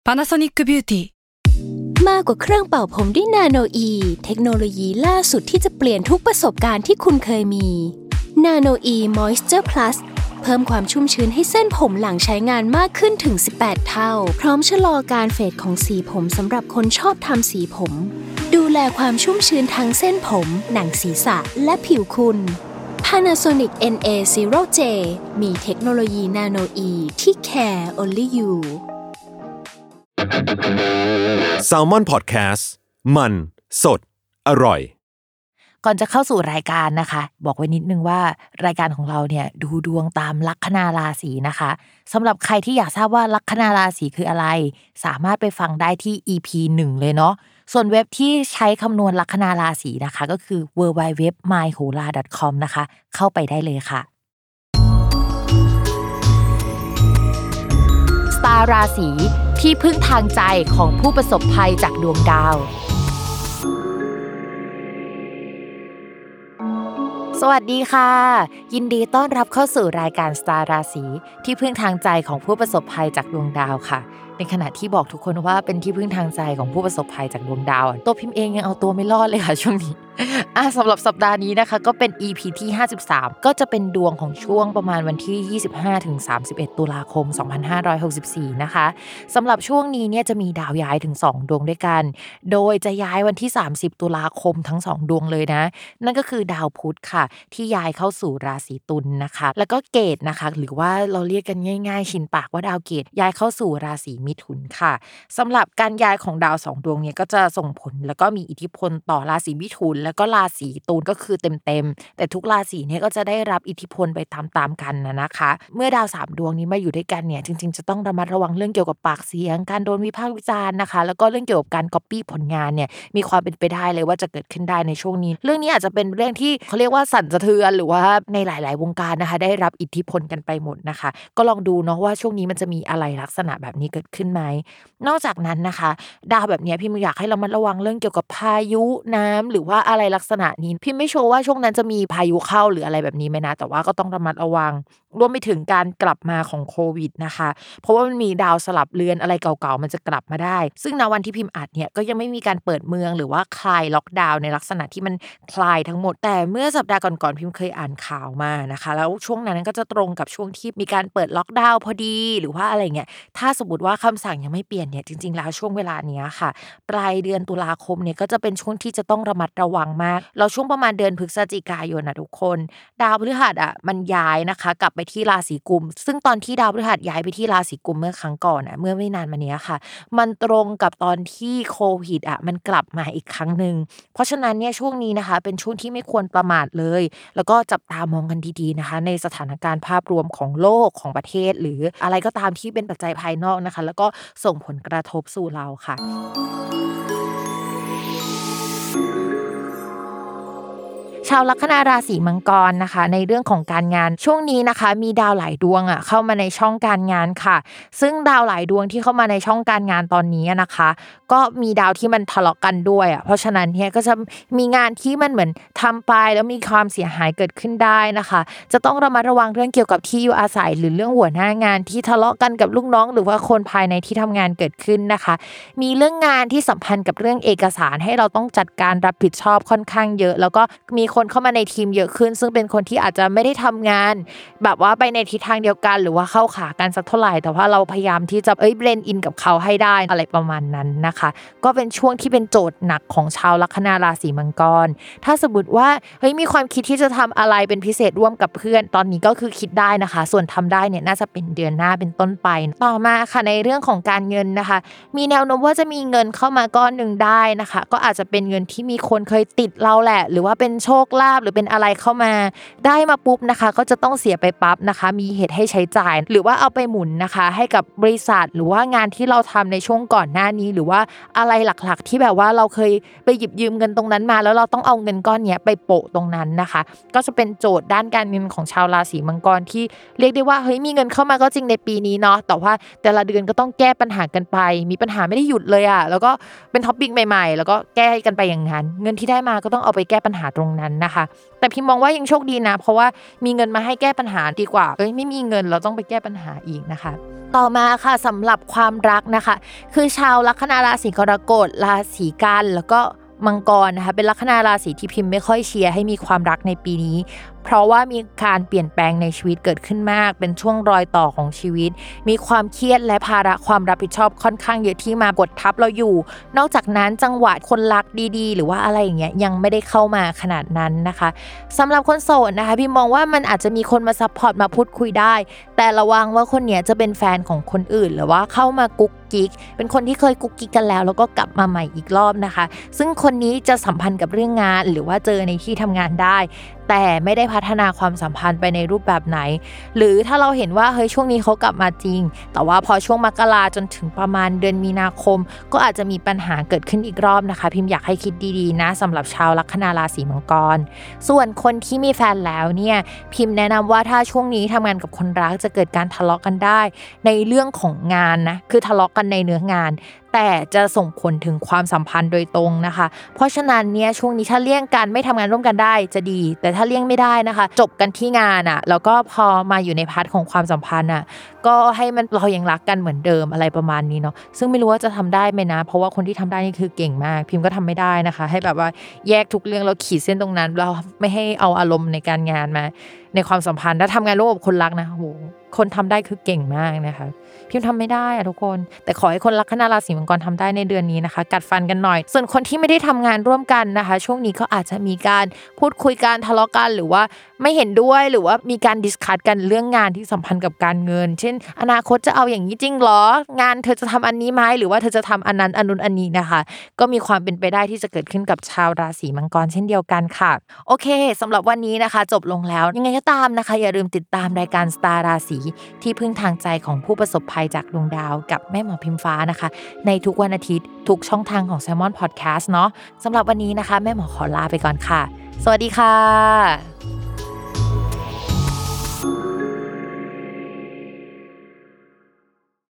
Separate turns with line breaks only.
Panasonic Beauty
มากกว่าเครื่องเป่าผมด้วยนาโนอีเทคโนโลยีล่าสุดที่จะเปลี่ยนทุกประสบการณ์ที่คุณเคยมีนาโนอีมอยส์เจอร์พลัสเพิ่มความชุ่มชื้นให้เส้นผมหลังใช้งานมากขึ้นถึง18เท่าพร้อมชะลอการเฟดของสีผมสำหรับคนชอบทำสีผมดูแลความชุ่มชื้นทั้งเส้นผมหนังศีรษะและผิวคุณ Panasonic NA0J มีเทคโนโลยีนาโนอีที่ care only you
Salmon Podcast มันสดอร่อย
ก่อนจะเข้าสู่รายการนะคะบอกไว้นิดนึงว่ารายการของเราเนี่ยดูดวงตามลัคนาราศีนะคะสำหรับใครที่อยากทราบว่าลัคนาราศีคืออะไรสามารถไปฟังได้ที่ EP 1 เลยเนาะส่วนเว็บที่ใช้คำนวณลัคนาราศีนะคะก็คือ www.myhola.com นะคะเข้าไปได้เลยค่ะสตาร์ราศีที่พึ่งทางใจของผู้ประสบภัยจากดวงดาวสวัสดีค่ะยินดีต้อนรับเข้าสู่รายการสตาร์ราศีที่พึ่งทางใจของผู้ประสบภัยจากดวงดาวค่ะในขณะที่บอกทุกคนว่าเป็นที่พึ่งทางใจของผู้ประสบภัยจากดวงดาวตัวพิมพ์เองยังเอาตัวไม่รอดเลยค่ะช่วงนี้สำหรับสัปดาห์นี้นะคะก็เป็น EP ที่53ก็จะเป็นดวงของช่วงประมาณวันที่ 25-31 ตุลาคม 2564นะคะสำหรับช่วงนี้เนี่ยจะมีดาวย้ายถึง2ดวงด้วยกันโดยจะย้ายวันที่30ตุลาคมทั้ง2ดวงเลยนะนั่นก็คือดาวพุธค่ะที่ย้ายเข้าสู่ราศีตุลนะคะแล้วก็เกตนะคะหรือว่าเราเรียกกันง่ายๆชินปากว่าดาวเกตย้ายเข้าสู่ราศีมิถุนค่ะสำหรับการย้ายของดาว2ดวงเนี่ยก็จะส่งผลแล้วก็มีอิทธิพลต่อราศีมิถุนแล้วก็ราศีตุลก็คือเต็มๆแต่ทุกราศีเนี่ยก็จะได้รับอิทธิพลไปตามๆกันนะคะเมื่อดาว3ดวงนี้มาอยู่ด้วยกันเนี่ยจริงๆจะต้องระมัดระวังเรื่องเกี่ยวกับปากเสียงการโดนวิพากษ์วิจารณ์นะคะแล้วก็เรื่องเกี่ยวกับการก๊อปปี้ผลงานเนี่ยมีความเป็นไปได้เลยว่าจะเกิดขึ้นได้ในช่วงนี้เรื่องนี้อาจจะเป็นเรื่องที่เขาเรียกว่าสั่นสะเทือนหรือว่าในหลายๆวงการนะคะได้รับอิทธิพลกันไปหมดนะคะก็ลองดูเนาะว่าช่วงนี้มันจะมีอะไรลักษณะแบบนี้เกิดขึ้นไหมนอกจากนั้นนะคะดาวแบบนี้พี่อยากให้เรามาระวังเรื่องเกี่ยวกับพายุน้ำหรือว่าอะไรลักษณะนี้พี่ไม่ชัวร์ว่าช่วงนั้นจะมีพายุเข้าหรืออะไรแบบนี้ไหมนะแต่ว่าก็ต้องระมัดระวังรวมไปถึงการกลับมาของโควิดนะคะเพราะว่ามันมีดาวสลับเรือนอะไรเก่าๆมันจะกลับมาได้ซึ่งณวันที่พิมพ์อัดเนี่ยก็ยังไม่มีการเปิดเมืองหรือว่าคลายล็อกดาวน์ในลักษณะที่มันคลายทั้งหมดแต่เมื่อสัปดาห์ก่อนๆพิมพ์เคยอ่านข่าวมานะคะแล้วช่วงนั้นก็จะตรงกับช่วงที่มีการเปิดล็อกดาวน์พอดีหรือว่าอะไรเงี้ยถ้าสมมติว่าคำสั่งยังไม่เปลี่ยนเนี่ยจริงๆแล้วช่วงเวลานี้ค่ะปลายเดือนตุลาคมเนี่ยก็จะเป็นช่วงที่จะต้องระมัดระวังมากแล้วช่วงประมาณเดือนพฤศจิกายนทุกคนดาวพฤหัสมันย้ายนะคะกลับไปที่ราศีกุมซึ่งตอนที่ดาวพฤหัสย้ายไปที่ราศีกุมเมื่อครั้งก่อนเมื่อไม่นานมานี้ค่ะมันตรงกับตอนที่โควิดมันกลับมาอีกครั้งนึงเพราะฉะนั้นเนี่ยช่วงนี้นะคะเป็นช่วงที่ไม่ควรประมาทเลยแล้วก็จับตามองกันดีๆนะคะในสถานการณ์ภาพรวมของโลกของประเทศหรืออะไรก็ตามที่เป็นปัจจัยภายนอกนะคะแล้วก็ส่งผลกระทบสู่เราค่ะชาวลัคนาราศีมังกรนะคะในเรื่องของการงานช่วงนี้นะคะมีดาวหลายดวงเข้ามาในช่องการงานค่ะซึ่งดาวหลายดวงที่เข้ามาในช่องการงานตอนนี้นะคะก็มีดาวที่มันทะเลาะกันด้วยเพราะฉะนั้นเนี่ยก็จะมีงานที่มันเหมือนทำไปแล้วมีความเสียหายเกิดขึ้นได้นะคะจะต้องระมัดระวังเรื่องเกี่ยวกับที่อยู่อาศัยหรือเรื่องหัวหน้างานที่ทะเลาะกันกับลูกน้องหรือว่าคนภายในที่ทำงานเกิดขึ้นนะคะมีเรื่องงานที่สัมพันธ์กับเรื่องเอกสารให้เราต้องจัดการรับผิดชอบค่อนข้างเยอะแล้วก็มีคนเข้ามาในทีมเยอะขึ้นซึ่งเป็นคนที่อาจจะไม่ได้ทำงานแบบว่าไปในทิศทางเดียวกันหรือว่าเข้าขากันสักเท่าไหร่แต่ว่าเราพยายามที่จะเบลนด์อินกับเขาให้ได้อะไรประมาณนั้นนะคะก็เป็นช่วงที่เป็นโจทย์หนักของชาวลัคนาราศีมังกรถ้าสมมติว่ามีความคิดที่จะทำอะไรเป็นพิเศษร่วมกับเพื่อนตอนนี้ก็คือคิดได้นะคะส่วนทำได้เนี่ยน่าจะเป็นเดือนหน้าเป็นต้นไปต่อมาค่ะในเรื่องของการเงินนะคะมีแนวโน้มว่าจะมีเงินเข้ามาก้อนนึงได้นะคะก็อาจจะเป็นเงินที่มีคนเคยติดเราแหละหรือว่าเป็นโชคลาภหรือเป็นอะไรเข้ามาได้มาปุ๊บนะคะก็จะต้องเสียไปปั๊บนะคะมีเหตุให้ใช้จ่ายหรือว่าเอาไปหมุนนะคะให้กับบริษัทหรือว่างานที่เราทำในช่วงก่อนหน้านี้หรือว่าอะไรหลักๆที่แบบว่าเราเคยไปหยิบยืมเงินตรงนั้นมาแล้วเราต้องเอาเงินก้อนนี้ไปโปะตรงนั้นนะคะก็จะเป็นโจทย์ด้านการเงินของชาวราศีมังกรที่เรียกได้ว่ามีเงินเข้ามาก็จริงในปีนี้เนาะแต่ว่าแต่ละเดือนก็ต้องแก้ปัญหากันไปมีปัญหาไม่ได้หยุดเลยแล้วก็เป็นท็อปปิ้งใหม่ๆแล้วก็แก้กันไปอย่างนั้นเงินที่ได้มาก็ต้องเอาไปแก้ปัญหาตรงนั้นนะคะแต่พิมมองว่ายังโชคดีนะเพราะว่ามีเงินมาให้แก้ปัญหาดีกว่าไม่มีเงินเราต้องไปแก้ปัญหาอีกนะคะต่อมาค่ะสำหรับความรักนะคะคือชาวลัคนาราศีกรกฎราศีกันแล้วก็มังกรนะคะเป็นลัคนาราศีที่พิมพ์ไม่ค่อยเชียร์ให้มีความรักในปีนี้เพราะว่ามีการเปลี่ยนแปลงในชีวิตเกิดขึ้นมากเป็นช่วงรอยต่อของชีวิตมีความเครียดและภาระความรับผิดชอบค่อนข้างเยอะที่มากดทับเราอยู่นอกจากนั้นจังหวะคนรักดีๆหรือว่าอะไรอย่างเงี้ยยังไม่ได้เข้ามาขนาดนั้นนะคะสำหรับคนโสดนะคะพิมมองว่ามันอาจจะมีคนมาซัพพอร์ตมาพูดคุยได้แต่ระวังว่าคนเนี้ยจะเป็นแฟนของคนอื่นหรือว่าเข้ามากุ๊กกิ๊กเป็นคนที่เคยกุ๊กกิ๊กกันแล้วก็กลับมาใหม่อีกรอบนะคะซึ่งคนนี้จะสัมพันธ์กับเรื่องงานหรือว่าเจอในที่ทำงานได้แต่ไม่ได้พัฒนาความสัมพันธ์ไปในรูปแบบไหนหรือถ้าเราเห็นว่าเฮ้ยช่วงนี้เขากลับมาจริงแต่ว่าพอช่วงมกราจนถึงประมาณเดือนมีนาคมก็อาจจะมีปัญหาเกิดขึ้นอีกรอบนะคะพิมพ์อยากให้คิดดีๆนะสำหรับชาวลัคนาราศีมังกรส่วนคนที่มีแฟนแล้วเนี่ยพิมพ์แนะนำว่าถ้าช่วงนี้ทำงานกับคนรักจะเกิดการทะเลาะกันได้ในเรื่องของงานนะคือทะเลาะกันในเนื้องานแต่จะส่งผลถึงความสัมพันธ์โดยตรงนะคะเพราะฉะนั้นเนี่ยช่วงนี้ถ้าเลี่ยงกันไม่ทำงานร่วมกันได้จะดีแต่ถ้าเลี่ยงไม่ได้นะคะจบกันที่งานอ่ะแล้วก็พอมาอยู่ในพาร์ทของความสัมพันธ์อ่ะก็ให้มันเรายังรักกันเหมือนเดิมอะไรประมาณนี้เนาะซึ่งไม่รู้ว่าจะทำได้ไหมนะเพราะว่าคนที่ทำได้นี่คือเก่งมากพิมพ์ก็ทำไม่ได้นะคะให้แบบว่าแยกทุกเรื่องเราขีดเส้นตรงนั้นเราไม่ให้เอาอารมณ์ในการงานมาในความสัมพันธ์ถ้าทำงานร่วมกับคนรักนะโหคนทำได้คือเก่งมากนะคะพิมพ์ทำไม่ได้อะทุกคนแต่ขอให้คนลัคนาราศีมังกรทำได้ในเดือนนี้นะคะกัดฟันกันหน่อยส่วนคนที่ไม่ได้ทำงานร่วมกันนะคะช่วงนี้ก็อาจจะมีการพูดคุยกันทะเลาะกันหรือว่าไม่เห็นด้วยหรือว่ามีการดิสคัสกันเรื่องงานที่สัมพันธ์กับการเงินเช่นอนาคตจะเอาอย่างนี้จริงหรองานเธอจะทำอันนี้ไหมหรือว่าเธอจะทำอันนั้นอันนู้นอันนี้นะคะก็มีความเป็นไปได้ที่จะเกิดขึ้นกับชาวราศีมังกรเช่นเดียวกันค่ะโอเคสำหรับวันนี้นะคะจบลงแล้วยังไงก็ตามนะคะอย่าลืมติดตามรายการสตาร์ราศีที่พึ่งทางใจของผู้ประสบภัยจากดวงดาวกับแม่หมอพิมฟ้านะคะในทุกวันอาทิตย์ทุกช่องทางของ Salmon Podcast เนาะสำหรับวันนี้นะคะแม่หมอขอลาไปก่อนค่ะสวัสดีค่ะ